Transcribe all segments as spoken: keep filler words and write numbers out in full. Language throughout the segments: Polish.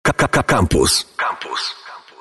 Campus. Campus.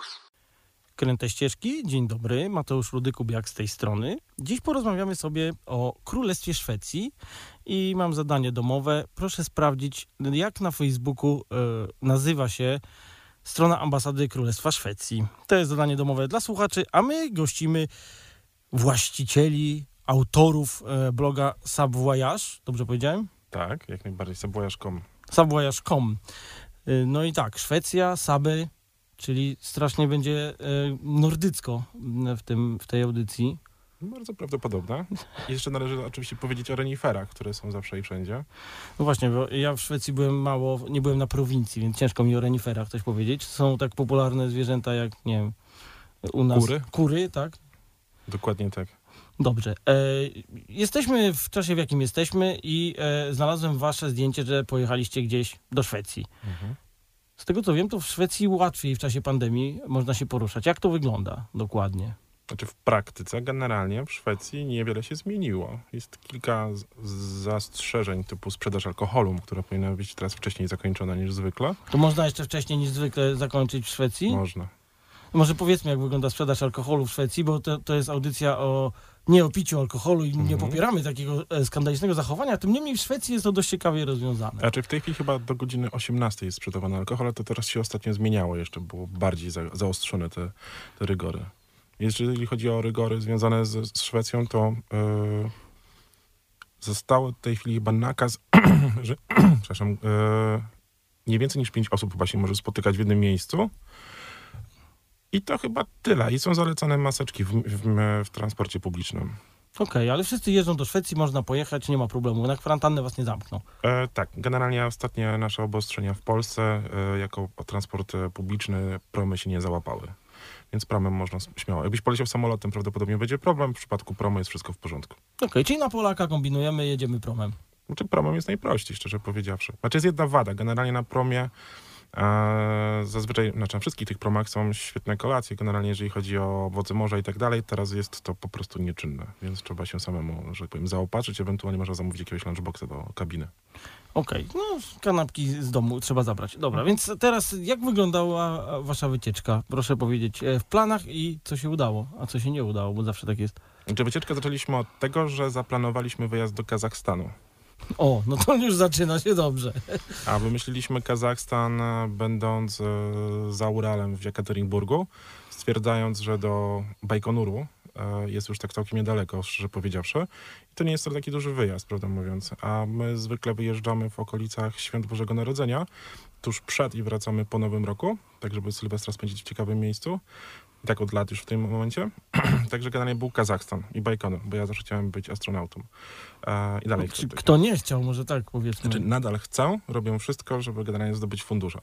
Kręte ścieżki, dzień dobry, Mateusz Rudy-Kubiak z tej strony. Dziś porozmawiamy sobie o Królestwie Szwecji i mam zadanie domowe. Proszę sprawdzić, jak na Facebooku e, nazywa się strona ambasady Królestwa Szwecji. To jest zadanie domowe dla słuchaczy, a my gościmy właścicieli, autorów e, bloga Subvoyage. Dobrze powiedziałem? Tak, jak najbardziej. Subvoyage kropka com. Subvoyage kropka com. E, no i tak, Szwecja, Saby, czyli strasznie będzie e, nordycko w, tym, w tej audycji. Bardzo prawdopodobne. I jeszcze należy oczywiście powiedzieć o reniferach, które są zawsze i wszędzie. No właśnie, bo ja w Szwecji byłem mało, nie byłem na prowincji, więc ciężko mi o reniferach coś powiedzieć. Są tak popularne zwierzęta jak, nie wiem, u nas... Kury? Kury, tak? Dokładnie tak. Dobrze. E, jesteśmy w czasie, w jakim jesteśmy i e, znalazłem wasze zdjęcie, że pojechaliście gdzieś do Szwecji. Mhm. Z tego co wiem, to w Szwecji łatwiej w czasie pandemii można się poruszać. Jak to wygląda dokładnie? Znaczy w praktyce generalnie w Szwecji niewiele się zmieniło. Jest kilka z- zastrzeżeń typu sprzedaż alkoholu, która powinna być teraz wcześniej zakończona niż zwykle. To można jeszcze wcześniej niż zwykle zakończyć w Szwecji? Można. Może powiedzmy, jak wygląda sprzedaż alkoholu w Szwecji, bo to, to jest audycja o nie o piciu alkoholu i nie Mhm. popieramy takiego e, skandalicznego zachowania, tym niemniej w Szwecji jest to dość ciekawie rozwiązane. Znaczy w tej chwili chyba do godziny osiemnastej jest sprzedawany alkohol, ale to teraz się ostatnio zmieniało jeszcze, było bardziej za, zaostrzone te, te rygory. Jeżeli chodzi o rygory związane z, z Szwecją, to yy, został w tej chwili chyba nakaz, że przepraszam, yy, nie więcej niż pięć osób chyba się może spotykać w jednym miejscu. I to chyba tyle. I są zalecane maseczki w, w, w transporcie publicznym. Okej, okay, ale wszyscy jeżdżą do Szwecji, można pojechać, nie ma problemu. Na kwarantannę was nie zamkną. E, tak, generalnie ostatnie nasze obostrzenia w Polsce e, jako transport publiczny promy się nie załapały. Więc promem można śmiało. Jakbyś poleciał samolotem, prawdopodobnie będzie problem. W przypadku promu jest wszystko w porządku. Okej, okay, czyli na Polaka kombinujemy, jedziemy promem. Znaczy promem jest najprościej, szczerze powiedziawszy. Znaczy jest jedna wada. Generalnie na promie e, zazwyczaj, znaczy na wszystkich tych promach są świetne kolacje. Generalnie jeżeli chodzi o owoce morza i tak dalej, teraz jest to po prostu nieczynne. Więc trzeba się samemu, że tak powiem, zaopatrzyć. Ewentualnie można zamówić jakiegoś lunchboxa do kabiny. Okej, okay, no kanapki z domu trzeba zabrać. Dobra, więc teraz jak wyglądała wasza wycieczka? Proszę powiedzieć, w planach i co się udało, a co się nie udało, bo zawsze tak jest. Znaczy wycieczkę zaczęliśmy od tego, że zaplanowaliśmy wyjazd do Kazachstanu. O, no to już zaczyna się dobrze. A wymyśliliśmy Kazachstan będąc e, za Uralem w Jekaterinburgu, stwierdzając, że do Bajkonuru e, jest już tak całkiem niedaleko, szczerze powiedziawszy. I to nie jest to taki duży wyjazd, prawdę mówiąc. A my zwykle wyjeżdżamy w okolicach Świąt Bożego Narodzenia, tuż przed i wracamy po Nowym Roku, tak żeby Sylwestra spędzić w ciekawym miejscu. I tak od lat już w tym momencie. Także generalnie był Kazachstan i Bajkonur, bo ja zawsze chciałem być astronautą. E, I dalej no, chcę. Kto nie chciał, może tak powiedzmy. Znaczy nadal chcą, robią wszystko, żeby generalnie zdobyć fundusze.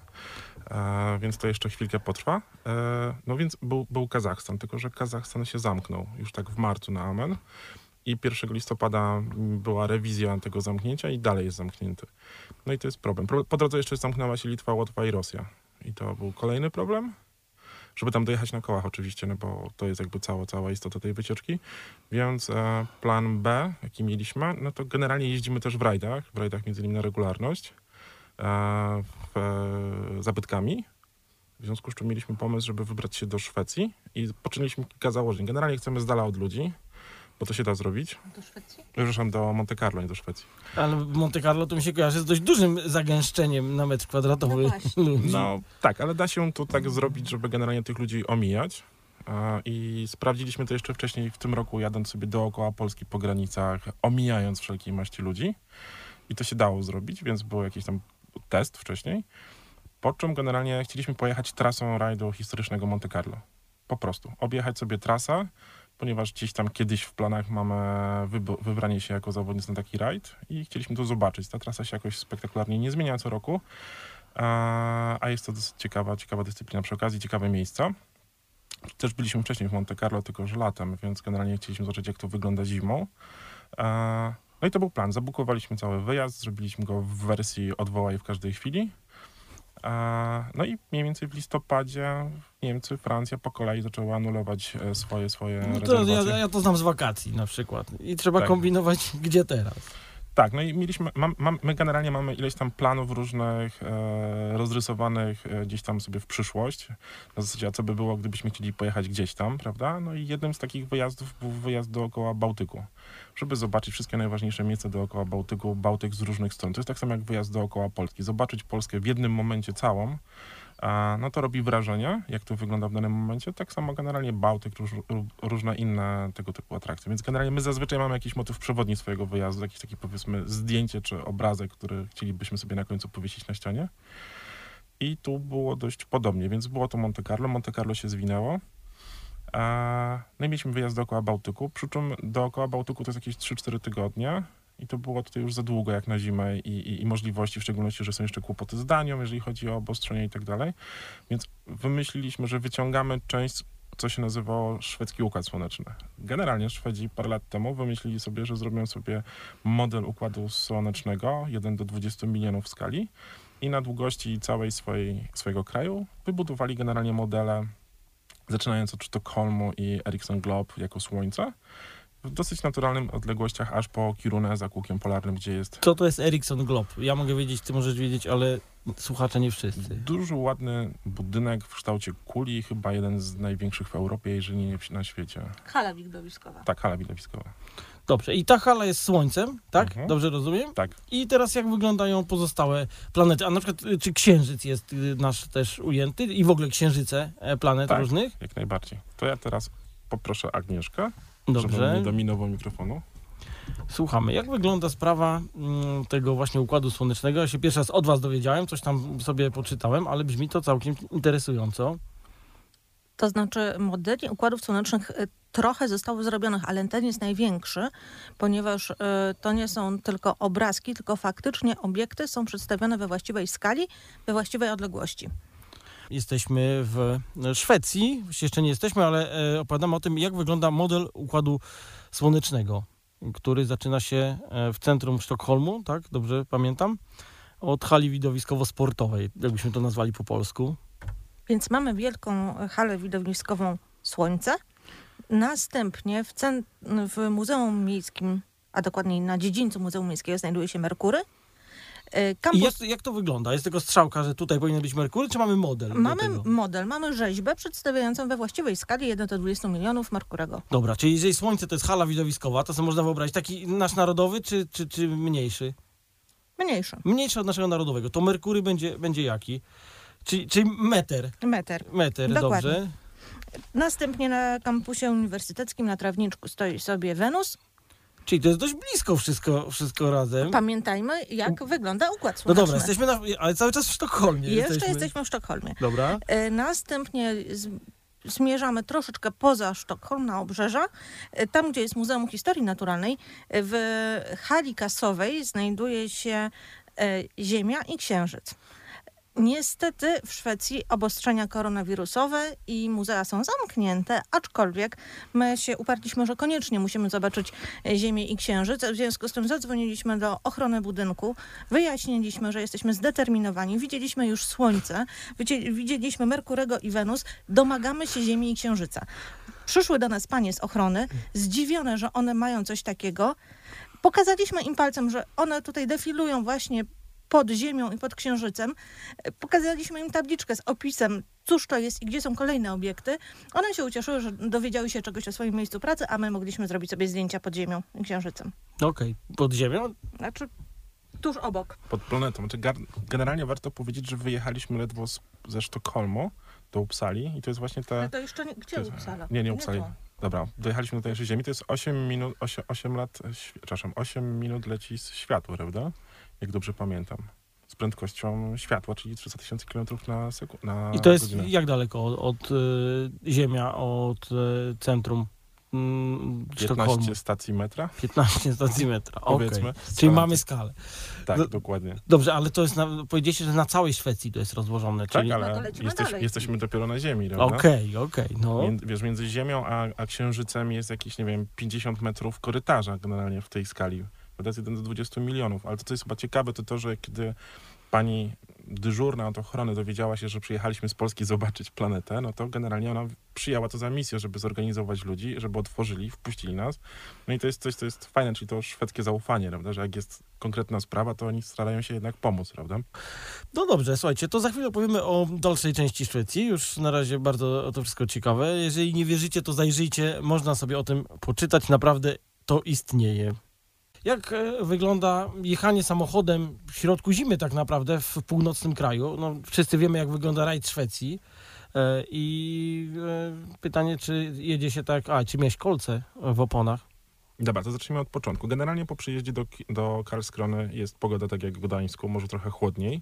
E, więc to jeszcze chwilkę potrwa. E, no więc był, był Kazachstan, tylko że Kazachstan się zamknął już tak w marcu na amen. I pierwszego listopada była rewizja tego zamknięcia i dalej jest zamknięty. No i to jest problem. Po drodze jeszcze zamknęła się Litwa, Łotwa i Rosja. I to był kolejny problem. Żeby tam dojechać na kołach oczywiście, no bo to jest jakby cała, cała istota tej wycieczki. Więc e, plan B, jaki mieliśmy, no to generalnie jeździmy też w rajdach, w rajdach między innymi na regularność, e, w, e, zabytkami. W związku z czym mieliśmy pomysł, żeby wybrać się do Szwecji i poczyniliśmy kilka założeń. Generalnie chcemy z dala od ludzi, bo to się da zrobić. Do Szwecji? Przepraszam, do Monte Carlo, nie do Szwecji. Ale Monte Carlo to mi się kojarzy z dość dużym zagęszczeniem na metr kwadratowy no ludzi. No tak, ale da się to tak zrobić, żeby generalnie tych ludzi omijać. I sprawdziliśmy to jeszcze wcześniej w tym roku, jadąc sobie dookoła Polski po granicach, omijając wszelkiej maści ludzi. I to się dało zrobić, więc był jakiś tam test wcześniej. Po czym generalnie chcieliśmy pojechać trasą rajdu historycznego Monte Carlo. Po prostu. Objechać sobie trasę, ponieważ gdzieś tam kiedyś w planach mamy wyb- wybranie się jako zawodnicy na taki rajd i chcieliśmy to zobaczyć. Ta trasa się jakoś spektakularnie nie zmienia co roku, a, a jest to dosyć ciekawa, ciekawa dyscyplina przy okazji, ciekawe miejsca. Też byliśmy wcześniej w Monte Carlo, tylko że latem, więc generalnie chcieliśmy zobaczyć, jak to wygląda zimą. A, no i to był plan. Zabukowaliśmy cały wyjazd, zrobiliśmy go w wersji odwołaj w każdej chwili. No i mniej więcej w listopadzie Niemcy, Francja po kolei zaczęły anulować swoje swoje no to rezerwacje. Ja, ja to znam z wakacji na przykład i trzeba tak. kombinować gdzie teraz. Tak, no i mieliśmy, mam, mam, my generalnie mamy ileś tam planów różnych, e, rozrysowanych e, gdzieś tam sobie w przyszłość, na zasadzie, a co by było, gdybyśmy chcieli pojechać gdzieś tam, prawda? No i jednym z takich wyjazdów był wyjazd dookoła Bałtyku, żeby zobaczyć wszystkie najważniejsze miejsca dookoła Bałtyku, Bałtyk z różnych stron. To jest tak samo jak wyjazd dookoła Polski. Zobaczyć Polskę w jednym momencie całą, a, no to robi wrażenie, jak to wygląda w danym momencie. Tak samo generalnie Bałtyk, róż, różne inne tego typu atrakcje. Więc generalnie my zazwyczaj mamy jakiś motyw przewodni swojego wyjazdu, jakiś taki, powiedzmy, zdjęcie czy obrazek, który chcielibyśmy sobie na końcu powiesić na ścianie. I tu było dość podobnie, więc było to Monte Carlo. Monte Carlo się zwinęło. A, no i mieliśmy wyjazd dookoła Bałtyku, przy czym dookoła Bałtyku to jest jakieś trzy cztery tygodnie. I to było tutaj już za długo jak na zimę i, i, i możliwości, w szczególności, że są jeszcze kłopoty z Danią, jeżeli chodzi o obostrzenia i tak dalej. Więc wymyśliliśmy, że wyciągamy część, co się nazywało szwedzki układ słoneczny. Generalnie Szwedzi parę lat temu wymyślili sobie, że zrobią sobie model układu słonecznego, jeden do dwudziestu milionów w skali i na długości całej swojej, swojego kraju wybudowali generalnie modele, zaczynając od Sztokholmu i Ericsson Globe jako Słońce, w dosyć naturalnych odległościach, aż po Kirunę za kółkiem polarnym, gdzie jest... Co to jest Ericsson Globe? Ja mogę wiedzieć, ty możesz wiedzieć, ale słuchacze nie wszyscy. Duży, ładny budynek w kształcie kuli, chyba jeden z największych w Europie, jeżeli nie na świecie. Hala widowiskowa. Tak, hala widowiskowa. Dobrze, i ta hala jest Słońcem, tak? Mhm. Dobrze rozumiem? Tak. I teraz jak wyglądają pozostałe planety? A na przykład y, czy Księżyc jest y, nasz też ujęty? I w ogóle księżyce e, planet Tak, różnych? jak najbardziej. To ja teraz poproszę Agnieszkę, żeby Dobrze. mnie dominował mikrofonu. Słuchamy. Jak wygląda sprawa mm, tego właśnie Układu Słonecznego? Ja się pierwszy raz od was dowiedziałem, coś tam sobie poczytałem, ale brzmi to całkiem interesująco. To znaczy modeli układów słonecznych y, trochę zostało zrobionych, ale ten jest największy, ponieważ y, to nie są tylko obrazki, tylko faktycznie obiekty są przedstawione we właściwej skali, we właściwej odległości. Jesteśmy w Szwecji, jeszcze nie jesteśmy, ale e, opowiadamy o tym, jak wygląda model Układu Słonecznego, który zaczyna się e, w centrum Sztokholmu, tak? Dobrze pamiętam? Od hali widowiskowo-sportowej, jakbyśmy to nazwali po polsku. Więc mamy wielką halę widowiskową Słońce. Następnie w, cen- w Muzeum Miejskim, a dokładniej na dziedzińcu Muzeum Miejskiego znajduje się Merkury. Y, Kampus... I jak, jak to wygląda? Jest tego strzałka, że tutaj powinien być Merkury, czy mamy model? do Mamy tego? model, mamy rzeźbę przedstawiającą we właściwej skali jeden do dwudziestu milionów Merkurego. Dobra, czyli jeżeli Słońce to jest hala widowiskowa, to sobie można wyobrazić taki nasz narodowy, czy, czy, czy mniejszy? Mniejszy. Mniejszy od naszego narodowego. To Merkury będzie, będzie jaki? Czyli, czyli meter. Meter. Meter, Dokładnie. dobrze. Następnie na kampusie uniwersyteckim na trawniczku stoi sobie Wenus. Czyli to jest dość blisko wszystko, wszystko razem. Pamiętajmy, jak wygląda układ No słoneczny. dobra, jesteśmy na, ale cały czas w Sztokholmie. Jeszcze jesteśmy. jesteśmy w Sztokholmie. Dobra. E, Następnie z, zmierzamy troszeczkę poza Sztokholm, na obrzeża. E, Tam, gdzie jest Muzeum Historii Naturalnej, e, w hali kasowej znajduje się e, Ziemia i Księżyc. Niestety w Szwecji obostrzenia koronawirusowe i muzea są zamknięte, aczkolwiek my się uparliśmy, że koniecznie musimy zobaczyć Ziemię i Księżyc. W związku z tym zadzwoniliśmy do ochrony budynku, wyjaśniliśmy, że jesteśmy zdeterminowani, widzieliśmy już Słońce, widzieli- widzieliśmy Merkurego i Wenus, domagamy się Ziemi i Księżyca. Przyszły do nas panie z ochrony, zdziwione, że one mają coś takiego. Pokazaliśmy im palcem, że one tutaj defilują właśnie pod Ziemią i pod Księżycem. Pokazaliśmy im tabliczkę z opisem, cóż to jest i gdzie są kolejne obiekty. One się ucieszyły, że dowiedziały się czegoś o swoim miejscu pracy, a my mogliśmy zrobić sobie zdjęcia pod Ziemią i Księżycem. Okej, pod ziemią? Znaczy tuż obok. Pod planetą. Znaczy, gar- generalnie warto powiedzieć, że wyjechaliśmy ledwo z, ze Sztokholmu do Uppsali i to jest właśnie Ale te... to jeszcze nie, gdzie to jest- Uppsala? Nie, nie Uppsali. to. Dobra, dojechaliśmy do tej naszej Ziemi, to jest osiem minut, osiem, osiem lat, świ- przepraszam, osiem minut leci z światła, prawda? Jak dobrze pamiętam. Z prędkością światła, czyli trzysta tysięcy kilometrów na sekundę. Na I to jest godzinę. jak daleko od, od y, Ziemia, od y, centrum mm, Sztokholmu? piętnaście stacji metra, piętnaście stacji metra. Okej. powiedzmy. Czyli Strzelam. mamy skalę. Tak, No- dokładnie. Dobrze, ale to jest, na, powiedzieliście, że na całej Szwecji to jest rozłożone. Tak, Czyli... ale No to lecimy jesteś, dalej. jesteśmy dopiero na Ziemi, prawda? Okej, okej, no. Mię, wiesz, między Ziemią a, a Księżycem jest jakieś, nie wiem, pięćdziesiąt metrów korytarza generalnie w tej skali. To jest jeden do dwudziestu milionów. Ale to, co jest chyba ciekawe, to to, że kiedy pani dyżurna od ochrony dowiedziała się, że przyjechaliśmy z Polski zobaczyć planetę, no to generalnie ona przyjęła to za misję, żeby zorganizować ludzi, żeby otworzyli, wpuścili nas. No i to jest coś, co jest fajne, czyli to szwedzkie zaufanie, prawda, że jak jest konkretna sprawa, to oni starają się jednak pomóc, prawda? No dobrze, słuchajcie, to za chwilę opowiemy o dalszej części Szwecji. Już na razie bardzo to wszystko ciekawe. Jeżeli nie wierzycie, to zajrzyjcie, można sobie o tym poczytać, naprawdę to istnieje. Jak e, wygląda jechanie samochodem w środku zimy tak naprawdę w północnym kraju? No, wszyscy wiemy, jak wygląda rajd Szwecji. E, I e, pytanie, czy jedzie się tak... A, czy miałeś kolce w oponach? Dobra, to zacznijmy od początku. Generalnie po przyjeździe do, do Karlskrony jest pogoda tak jak w Gdańsku, może trochę chłodniej,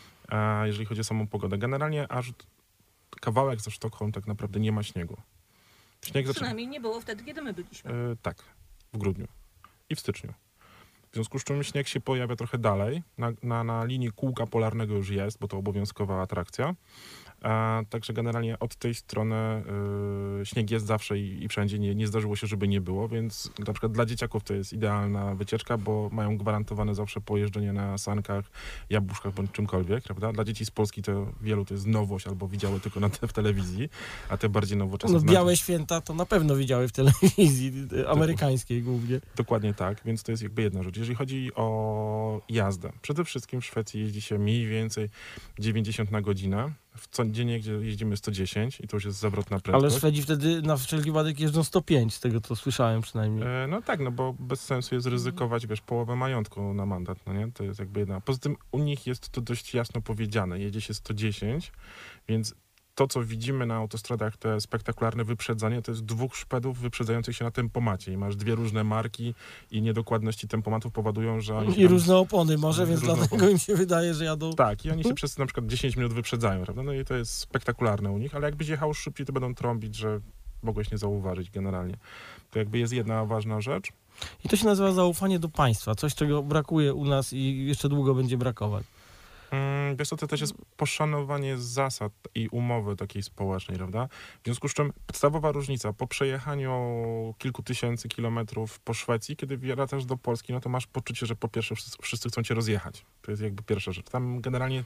a jeżeli chodzi o samą pogodę. Generalnie aż kawałek za Sztokholm tak naprawdę nie ma śniegu. Śnieg zaczyna... Przynajmniej nie było wtedy, kiedy my byliśmy. Yy, tak, w grudniu i w styczniu. W związku z czym śnieg się pojawia trochę dalej. Na, na, na linii kółka polarnego już jest, bo to obowiązkowa atrakcja. A, także generalnie od tej strony y, śnieg jest zawsze i, i wszędzie. Nie, nie zdarzyło się, żeby nie było, więc na przykład dla dzieciaków to jest idealna wycieczka, bo mają gwarantowane zawsze pojeżdżenie na sankach, jabłuszkach bądź czymkolwiek, prawda? Dla dzieci z Polski to wielu to jest nowość albo widziały tylko na te, w telewizji, a te bardziej nowoczesne... No, białe święta to na pewno widziały w telewizji amerykańskiej głównie. Dokładnie tak, więc to jest jakby jedna rzecz. Jeżeli chodzi o jazdę, przede wszystkim w Szwecji jeździ się mniej więcej dziewięćdziesiąt na godzinę. W codziennie, gdzie jeździmy sto dziesięć i to już jest zawrotna prędkość. Ale Szwedzi wtedy na wszelki wypadek jeżdżą sto pięć, z tego co słyszałem przynajmniej. E, no tak, no bo bez sensu jest ryzykować, wiesz, połowę majątku na mandat, no nie? To jest jakby jedna. Poza tym u nich jest to dość jasno powiedziane. Jedzie się sto dziesięć, więc to, co widzimy na autostradach, te spektakularne wyprzedzanie, to jest dwóch szpedów wyprzedzających się na tempomacie i masz dwie różne marki i niedokładności tempomatów powodują, że oni... I tam... różne opony może, więc różne dlatego opony. im się wydaje, że jadą... Tak, i oni się przez na przykład dziesięć minut wyprzedzają, prawda? No i to jest spektakularne u nich, ale jakbyś jechał szybciej, to będą trąbić, że mogłeś nie zauważyć generalnie. To jakby jest jedna ważna rzecz. I to się nazywa zaufanie do państwa, coś, czego brakuje u nas i jeszcze długo będzie brakować. Mm, wiesz co, to też jest poszanowanie zasad i umowy takiej społecznej, prawda? W związku z czym podstawowa różnica, po przejechaniu kilku tysięcy kilometrów po Szwecji, kiedy wracasz do Polski, no to masz poczucie, że po pierwsze wszyscy, wszyscy chcą cię rozjechać. To jest jakby pierwsza rzecz. Tam generalnie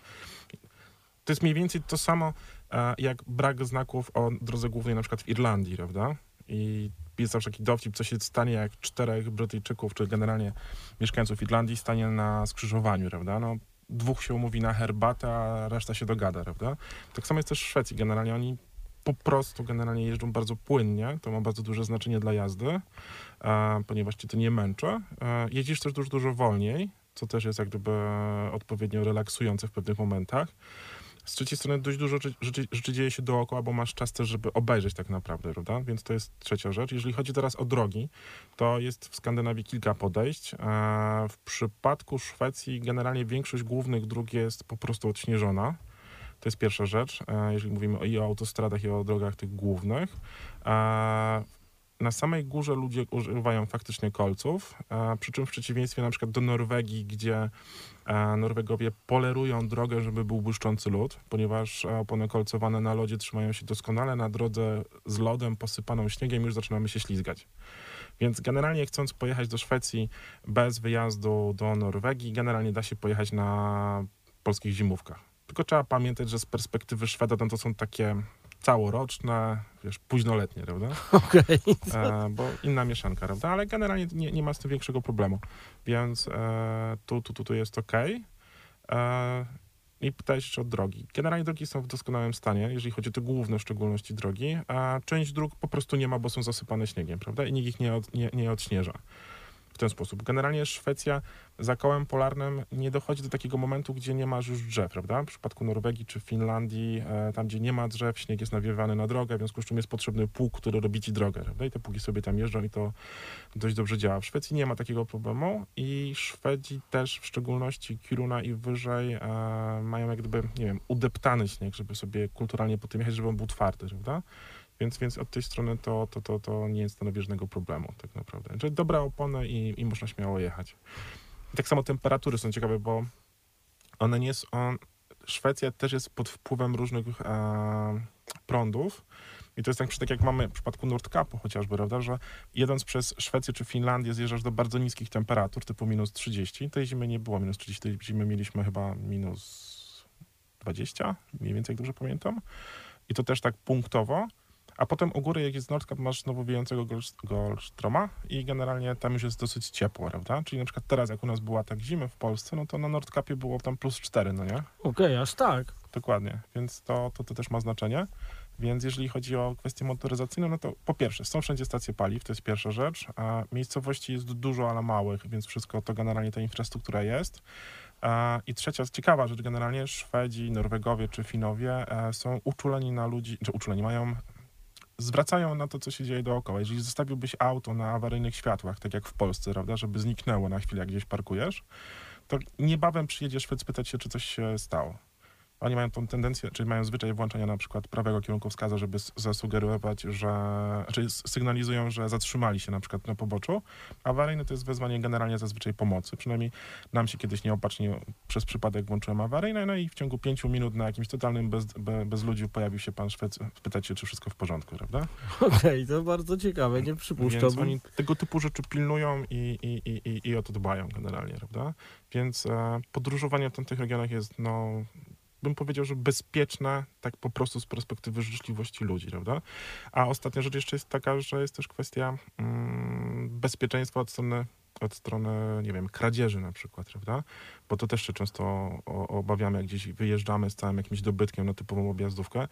to jest mniej więcej to samo, e, jak brak znaków o drodze głównej na przykład w Irlandii, prawda? I jest zawsze taki dowcip, co się stanie, jak czterech Brytyjczyków, czy generalnie mieszkańców Irlandii stanie na skrzyżowaniu, prawda? No, dwóch się umówi na herbatę, a reszta się dogada, prawda? Tak samo jest też w Szwecji. Generalnie oni po prostu generalnie jeżdżą bardzo płynnie. To ma bardzo duże znaczenie dla jazdy, e, ponieważ cię to nie męczy. E, jeździsz też dużo, dużo wolniej, co też jest jak gdyby odpowiednio relaksujące w pewnych momentach. Z trzeciej strony dość dużo rzeczy, rzeczy dzieje się dookoła, bo masz czas też, żeby obejrzeć tak naprawdę, prawda? Więc to jest trzecia rzecz. Jeżeli chodzi teraz o drogi, to jest w Skandynawii kilka podejść. W przypadku Szwecji generalnie większość głównych dróg jest po prostu odśnieżona. To jest pierwsza rzecz, jeżeli mówimy i o autostradach, i o drogach tych głównych. Na samej górze ludzie używają faktycznie kolców, przy czym w przeciwieństwie na przykład do Norwegii, gdzie Norwegowie polerują drogę, żeby był błyszczący lód, ponieważ opony kolcowane na lodzie trzymają się doskonale, na drodze z lodem posypaną śniegiem już zaczynamy się ślizgać. Więc generalnie chcąc pojechać do Szwecji bez wyjazdu do Norwegii, generalnie da się pojechać na polskich zimówkach. Tylko trzeba pamiętać, że z perspektywy Szweda no to są takie całoroczne, wiesz, późnoletnie, prawda? Okej. E, bo inna mieszanka, prawda? Ale generalnie nie, nie ma z tym większego problemu. Więc e, tu, tu, tu, tu jest okej. E, I pytałeś jeszcze o drogi. Generalnie drogi są w doskonałym stanie, jeżeli chodzi o te główne w szczególności drogi, a część dróg po prostu nie ma, bo są zasypane śniegiem, prawda? I nikt ich nie, od, nie, nie odśnieża. W ten sposób. Generalnie Szwecja za kołem polarnym nie dochodzi do takiego momentu, gdzie nie masz już drzew, prawda? W przypadku Norwegii czy Finlandii, e, tam gdzie nie ma drzew, śnieg jest nawiewany na drogę, w związku z czym jest potrzebny pług, który robi ci drogę, prawda? I te pługi sobie tam jeżdżą i to dość dobrze działa. W Szwecji nie ma takiego problemu i Szwedzi też, w szczególności Kiruna i wyżej, e, mają jak gdyby, nie wiem, udeptany śnieg, żeby sobie kulturalnie po tym jechać, żeby on był twardy, prawda? Więc, więc od tej strony to, to, to, to nie stanowi żadnego problemu tak naprawdę. Czyli dobra opona i, i można śmiało jechać. I tak samo temperatury są ciekawe, bo one nie są... On, Szwecja też jest pod wpływem różnych e, prądów. I to jest tak, tak jak mamy w przypadku Nordkapu chociażby, prawda, że jedąc przez Szwecję czy Finlandię zjeżdżasz do bardzo niskich temperatur, typu minus trzydzieści. Tej zimy nie było minus trzydzieści, tej zimy mieliśmy chyba minus dwadzieścia, mniej więcej, jak dobrze pamiętam. I to też tak punktowo. A potem u góry, jak jest Nordkap, masz znowu wiejącego Goldstroma i generalnie tam już jest dosyć ciepło, prawda? Czyli na przykład teraz, jak u nas była tak zima w Polsce, no to na Nordkapie było tam plus cztery, no nie? Okej, okay, aż tak. Dokładnie, więc to, to, to też ma znaczenie. Więc jeżeli chodzi o kwestię motoryzacyjną, no to po pierwsze, są wszędzie stacje paliw, to jest pierwsza rzecz. A miejscowości jest dużo, ale małych, więc wszystko to generalnie ta infrastruktura jest. I trzecia, ciekawa rzecz, generalnie Szwedzi, Norwegowie czy Finowie są uczuleni na ludzi, czy uczuleni, mają, zwracają na to, co się dzieje dookoła. Jeżeli zostawiłbyś auto na awaryjnych światłach, tak jak w Polsce, prawda, żeby zniknęło na chwilę, jak gdzieś parkujesz, to niebawem przyjedzie Szwed spytać się, czy coś się stało. Oni mają tą tendencję, czyli mają zwyczaj włączania na przykład prawego kierunkowskaza, żeby zasugerować, że, czyli sygnalizują, że zatrzymali się na przykład na poboczu. Awaryjne to jest wezwanie generalnie zazwyczaj pomocy. Przynajmniej nam się kiedyś nieopatrznie przez przypadek włączyłem awaryjne, no i w ciągu pięciu minut na jakimś totalnym bez, be, bezludziu pojawił się pan Szwed, spytać się, czy wszystko w porządku, prawda? Okej, okay, to bardzo ciekawe, nie przypuszczam. Więc oni tego typu rzeczy pilnują i, i, i, i, i o to dbają generalnie, prawda? Więc e, podróżowanie w tamtych regionach jest, no... bym powiedział, że bezpieczne, tak po prostu z perspektywy życzliwości ludzi, prawda? A ostatnia rzecz jeszcze jest taka, że jest też kwestia mm, bezpieczeństwa od strony, od strony, nie wiem, kradzieży na przykład, prawda? Bo to też się często o, obawiamy, jak gdzieś wyjeżdżamy z całym jakimś dobytkiem na typową objazdówkę.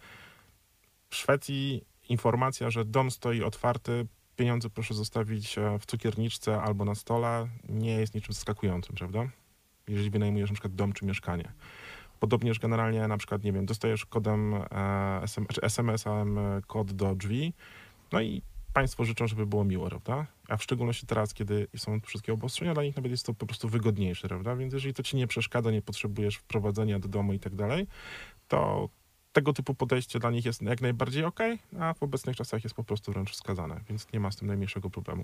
W Szwecji informacja, że dom stoi otwarty, pieniądze proszę zostawić w cukierniczce albo na stole, nie jest niczym zaskakującym, prawda? Jeżeli wynajmujesz na przykład dom czy mieszkanie. Podobnież generalnie na przykład, nie wiem, dostajesz kodem, e, S M, czy es em esem kod do drzwi, no i państwo życzą, żeby było miło, prawda? A w szczególności teraz, kiedy są wszystkie obostrzenia, dla nich nawet jest to po prostu wygodniejsze, prawda? Więc jeżeli to ci nie przeszkadza, nie potrzebujesz wprowadzenia do domu i tak dalej, to tego typu podejście dla nich jest jak najbardziej okej, a w obecnych czasach jest po prostu wręcz wskazane, więc nie ma z tym najmniejszego problemu.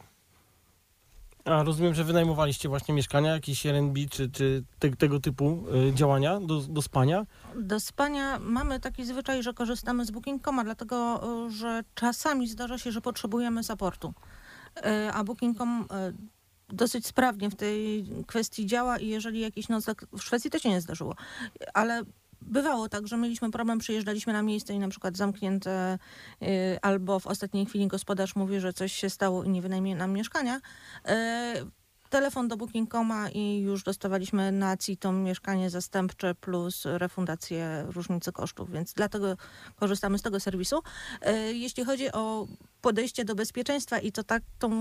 A rozumiem, że wynajmowaliście właśnie mieszkania, jakieś R and B czy, czy te, tego typu y, działania do, do spania? Do spania mamy taki zwyczaj, że korzystamy z booking kropka com, dlatego że czasami zdarza się, że potrzebujemy supportu. Y, a booking kropka com y, dosyć sprawnie w tej kwestii działa i jeżeli jakiś nocleg, w Szwecji to się nie zdarzyło, ale bywało tak, że mieliśmy problem, przyjeżdżaliśmy na miejsce i na przykład zamknięte y, albo w ostatniej chwili gospodarz mówi, że coś się stało i nie wynajmie nam mieszkania. Y, telefon do booking kropka com i już dostawaliśmy na C I T O mieszkanie zastępcze plus refundację różnicy kosztów, więc dlatego korzystamy z tego serwisu. Y, jeśli chodzi o podejście do bezpieczeństwa i to tak tą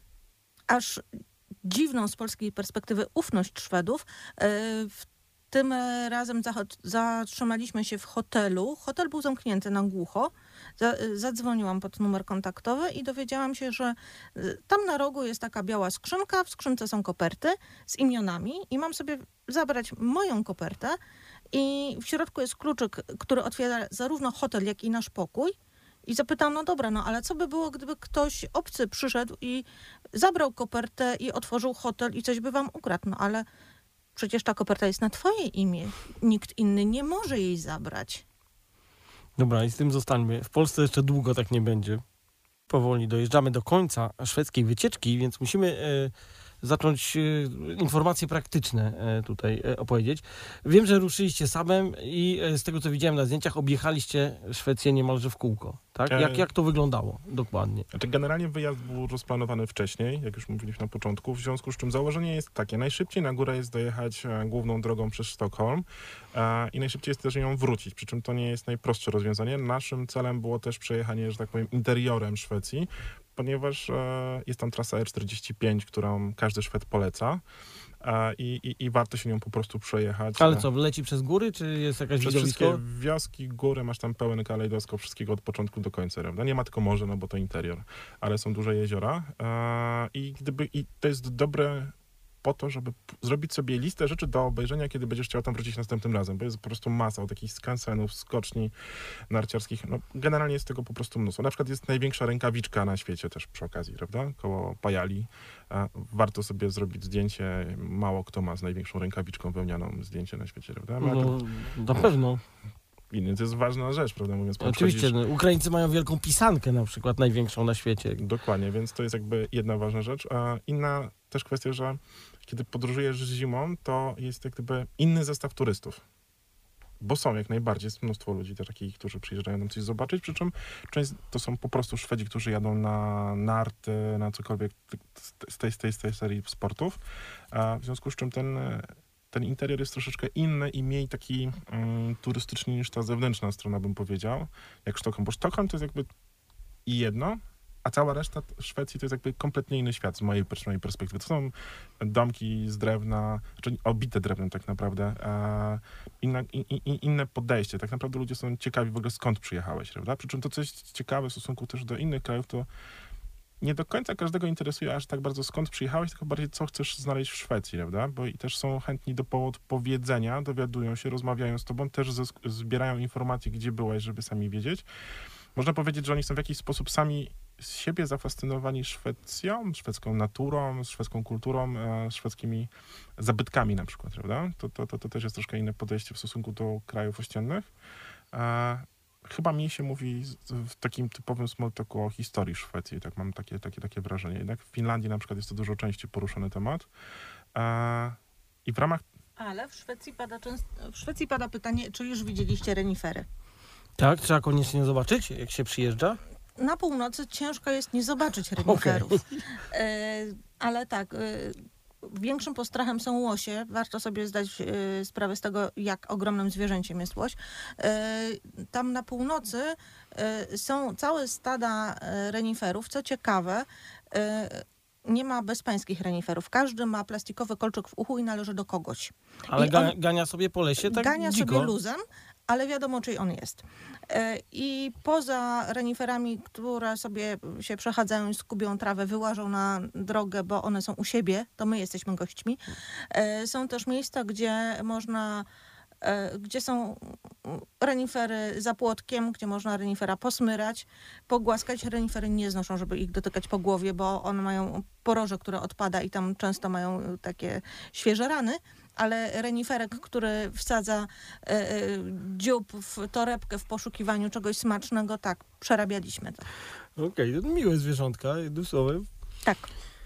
aż dziwną z polskiej perspektywy ufność Szwedów, y, w Tym razem zatrzymaliśmy się w hotelu. Hotel był zamknięty na głucho. Zadzwoniłam pod numer kontaktowy i dowiedziałam się, że tam na rogu jest taka biała skrzynka. W skrzynce są koperty z imionami i mam sobie zabrać moją kopertę i w środku jest kluczyk, który otwiera zarówno hotel, jak i nasz pokój. I zapytałam, no dobra, no ale co by było, gdyby ktoś obcy przyszedł i zabrał kopertę i otworzył hotel i coś by wam ukradł? No ale przecież ta koperta jest na twoje imię. Nikt inny nie może jej zabrać. Dobra, i z tym zostańmy. W Polsce jeszcze długo tak nie będzie. Powoli dojeżdżamy do końca szwedzkiej wycieczki, więc musimy e, zacząć e, informacje praktyczne e, tutaj e, opowiedzieć. Wiem, że ruszyliście samym i e, z tego, co widziałem na zdjęciach, objechaliście Szwecję niemalże w kółko. Tak? Jak, jak to wyglądało dokładnie? Znaczy generalnie wyjazd był rozplanowany wcześniej, jak już mówiliśmy na początku, w związku z czym założenie jest takie, najszybciej na górę jest dojechać e, główną drogą przez Sztokholm e, i najszybciej jest też nią wrócić, przy czym to nie jest najprostsze rozwiązanie. Naszym celem było też przejechanie, że tak powiem, interiorem Szwecji, ponieważ e, jest tam trasa E czterdzieści pięć, którą każdy Szwed poleca e, i, i, i warto się nią po prostu przejechać. Ale co, leci przez góry, czy jest jakaś Przez widowisko? wszystkie wioski, góry, masz tam pełen kalejdoskop wszystkiego od początku do końca, prawda? Nie ma tylko morze, no bo to interior, ale są duże jeziora e, i gdyby, i to jest dobre po to, żeby p- zrobić sobie listę rzeczy do obejrzenia, kiedy będziesz chciał tam wrócić następnym razem, bo jest po prostu masa od takich skansenów, skoczni narciarskich, no generalnie jest tego po prostu mnóstwo. Na przykład jest największa rękawiczka na świecie też przy okazji, prawda? Koło Pajali. A warto sobie zrobić zdjęcie, mało kto ma z największą rękawiczką wełnianą zdjęcie na świecie, prawda? Ma No, na pewno. Inny, to jest ważna rzecz, prawda mówiąc. Oczywiście, Wchodzisz... no, Ukraińcy mają wielką pisankę na przykład, największą na świecie. Dokładnie, więc to jest jakby jedna ważna rzecz. A inna też kwestia, że kiedy podróżujesz zimą, to jest jak gdyby inny zestaw turystów. bo są jak najbardziej, jest mnóstwo ludzi takich, którzy przyjeżdżają nam coś zobaczyć, przy czym część to są po prostu Szwedzi, którzy jadą na narty, na cokolwiek z tej, z tej, z tej serii sportów, a w związku z czym ten, ten interior jest troszeczkę inny i mniej taki um, turystyczny niż ta zewnętrzna strona, bym powiedział, jak Sztokholm, bo Sztokholm to jest jakby i jedno, a cała reszta Szwecji to jest jakby kompletnie inny świat z mojej przynajmniej perspektywy. To są domki z drewna, znaczy obite drewnem tak naprawdę, a inna, in, in, inne podejście. Tak naprawdę ludzie są ciekawi w ogóle skąd przyjechałeś, prawda? Przy czym to, co jest ciekawe w stosunku też do innych krajów, to nie do końca każdego interesuje aż tak bardzo skąd przyjechałeś, tylko bardziej co chcesz znaleźć w Szwecji, prawda? Bo i też są chętni do podpowiedzenia, dowiadują się, rozmawiają z tobą, też zysk- zbierają informacje, gdzie byłeś, żeby sami wiedzieć. Można powiedzieć, że oni są w jakiś sposób sami z siebie zafascynowani Szwecją, szwedzką naturą, szwedzką kulturą, e, szwedzkimi zabytkami na przykład, prawda? To, to, to, to też jest troszkę inne podejście w stosunku do krajów ościennych. E, chyba mi się mówi w takim typowym small talku o historii Szwecji, tak mam takie, takie, takie wrażenie. Jednak w Finlandii na przykład jest to dużo częściej poruszony temat. E, I w ramach... Ale w Szwecji pada często, w Szwecji pada pytanie, czy już widzieliście renifery? Tak, trzeba koniecznie zobaczyć, jak się przyjeżdża. Na północy ciężko jest nie zobaczyć reniferów. Okay. E, ale tak, e, większym postrachem są łosie. Warto sobie zdać e, sprawę z tego, jak ogromnym zwierzęciem jest łoś. E, tam na północy e, są całe stada e, reniferów. Co ciekawe, e, nie ma bezpańskich reniferów. Każdy ma plastikowy kolczyk w uchu i należy do kogoś. Ale I ga, on gania sobie po lesie tak Gania dziko. sobie luzem, ale wiadomo, czyj on jest. I poza reniferami, które sobie się przechadzają i skubią trawę, wyłażą na drogę, bo one są u siebie, to my jesteśmy gośćmi. Są też miejsca, gdzie można, gdzie są renifery za płotkiem, gdzie można renifera posmyrać, pogłaskać. Renifery nie znoszą, żeby ich dotykać po głowie, bo one mają poroże, które odpada i tam często mają takie świeże rany. Ale reniferek, który wsadza y, y, dziób w torebkę w poszukiwaniu czegoś smacznego, tak, przerabialiśmy to. Okej, okay, miłe zwierzątka, jednym słowem. Tak.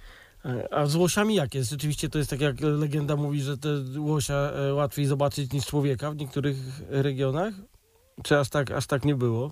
A z łosiami jak jest? Rzeczywiście to jest tak, jak legenda mówi, że te łosia łatwiej zobaczyć niż człowieka w niektórych regionach? Czy aż tak, aż tak nie było?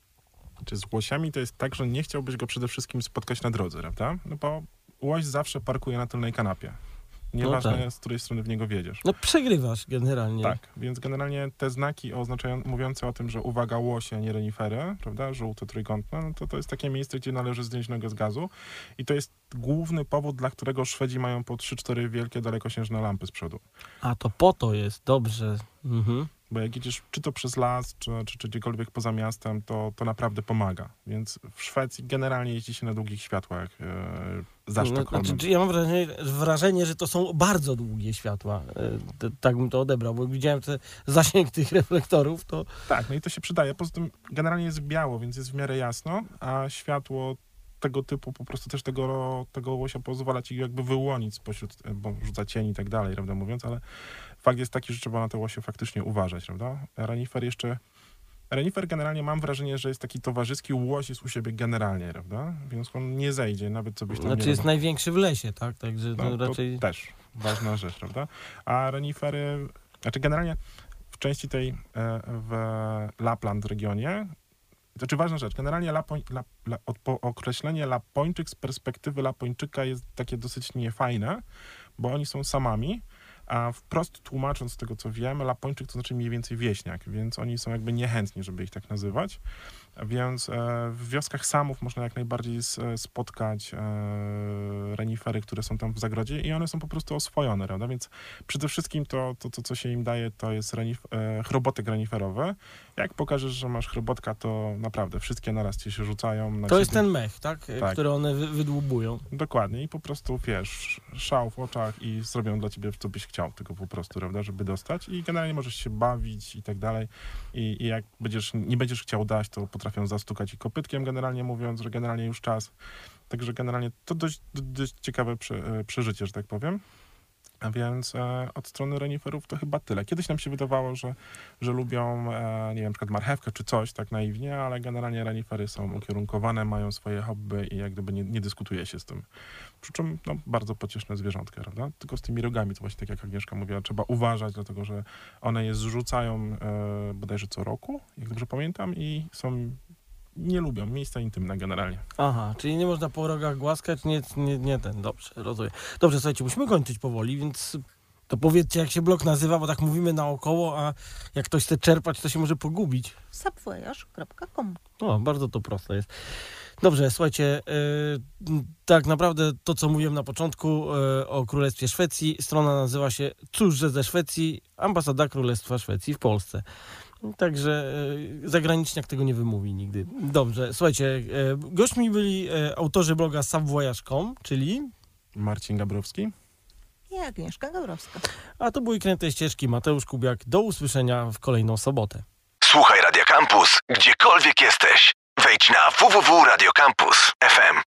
Czy z łosiami to jest tak, że nie chciałbyś go przede wszystkim spotkać na drodze, prawda? No bo łoś zawsze parkuje na tylnej kanapie. Nieważne, no tak. z której strony w niego wiedziesz. No przegrywasz generalnie. Tak, więc generalnie te znaki oznaczają, mówiące o tym, że uwaga, łosie, nie renifery, prawda, żółte, trójkątne, no to to jest takie miejsce, gdzie należy zdjąć nogę z gazu i to jest główny powód, dla którego Szwedzi mają po trzy cztery wielkie, dalekosiężne lampy z przodu. A to po to jest, dobrze. Mhm. Bo jak jedziesz czy to przez las, czy, czy, czy gdziekolwiek poza miastem, to, to naprawdę pomaga. Więc w Szwecji generalnie jeździ się na długich światłach e, za Sztokholmem. Znaczy, ja mam wrażenie, wrażenie, że to są bardzo długie światła. E, tak bym to odebrał, bo jak widziałem te zasięg tych reflektorów, to... Tak, no i to się przydaje. Poza tym generalnie jest biało, więc jest w miarę jasno, a światło tego typu po prostu też tego, tego łosia pozwala ci jakby wyłonić spośród, bo rzuca cień i tak dalej, prawda mówiąc, ale fakt jest taki, że trzeba na te łosie faktycznie uważać, prawda? Renifer jeszcze... Renifer generalnie mam wrażenie, że jest taki towarzyski, łoś jest u siebie generalnie, prawda? Więc on nie zejdzie, nawet co byś tam Znaczy nie jest robił. największy w lesie, tak? Także No, to raczej... to też ważna rzecz, prawda? A renifery... Znaczy generalnie w części tej e, w Lapland regionie, znaczy ważna rzecz, generalnie Lapoń, la, la, od, po, określenie Lapończyk z perspektywy Lapończyka jest takie dosyć niefajne, bo oni są samami, a wprost tłumacząc z tego, co wiem, Lapończyk to znaczy mniej więcej wieśniak, więc oni są jakby niechętni, żeby ich tak nazywać. Więc e, w wioskach samów można jak najbardziej s, spotkać e, renifery, które są tam w zagrodzie i one są po prostu oswojone, prawda? Więc przede wszystkim to, to, to co się im daje, to jest renif, e, chrobotek reniferowy. Jak pokażesz, że masz chrobotka, to naprawdę wszystkie naraz ci się rzucają. Na to ciebie. jest ten mech, tak? Tak. Który one wy, wydłubują. Dokładnie i po prostu, wiesz, szał w oczach i zrobią dla ciebie, co byś chciał, tylko po prostu, prawda, żeby dostać i generalnie możesz się bawić i tak dalej i, i jak będziesz, nie będziesz chciał dać, to potrafią zastukać i kopytkiem, generalnie mówiąc, że generalnie już czas. Także generalnie to dość, dość ciekawe prze, przeżycie, że tak powiem. A więc e, od strony reniferów to chyba tyle. Kiedyś nam się wydawało, że, że lubią, e, nie wiem, na przykład marchewkę czy coś, tak naiwnie, ale generalnie renifery są ukierunkowane, mają swoje hobby i jak gdyby nie, nie dyskutuje się z tym. Przy czym no, bardzo pocieszne zwierzątka, prawda? Tylko z tymi rogami, to właśnie tak jak Agnieszka mówiła, trzeba uważać, dlatego że one je zrzucają e, bodajże co roku, jak dobrze pamiętam, i są... nie lubią miejsca intymne generalnie. Aha, czyli nie można po rogach głaskać, nie, nie, nie ten, dobrze, rozumiem. Dobrze, słuchajcie, musimy kończyć powoli, więc to powiedzcie, jak się blog nazywa, bo tak mówimy naokoło, a jak ktoś chce czerpać, to się może pogubić. subvoyage kropka com. O, bardzo to proste jest. Dobrze, słuchajcie, yy, tak naprawdę to, co mówiłem na początku yy, o Królestwie Szwecji, strona nazywa się Cóżże ze Szwecji, ambasada Królestwa Szwecji w Polsce. Także yy, zagraniczniak tego nie wymówi nigdy. Dobrze, słuchajcie, yy, gośćmi byli yy, autorzy bloga subvoyage kropka com, czyli... Marcin Gabrowski. I Agnieszka Gabrowska. A to były Kręte Ścieżki, Mateusz Kubiak. Do usłyszenia w kolejną sobotę. Słuchaj Radia Campus, gdziekolwiek jesteś. Wejdź na w w w kropka radio campus kropka f m.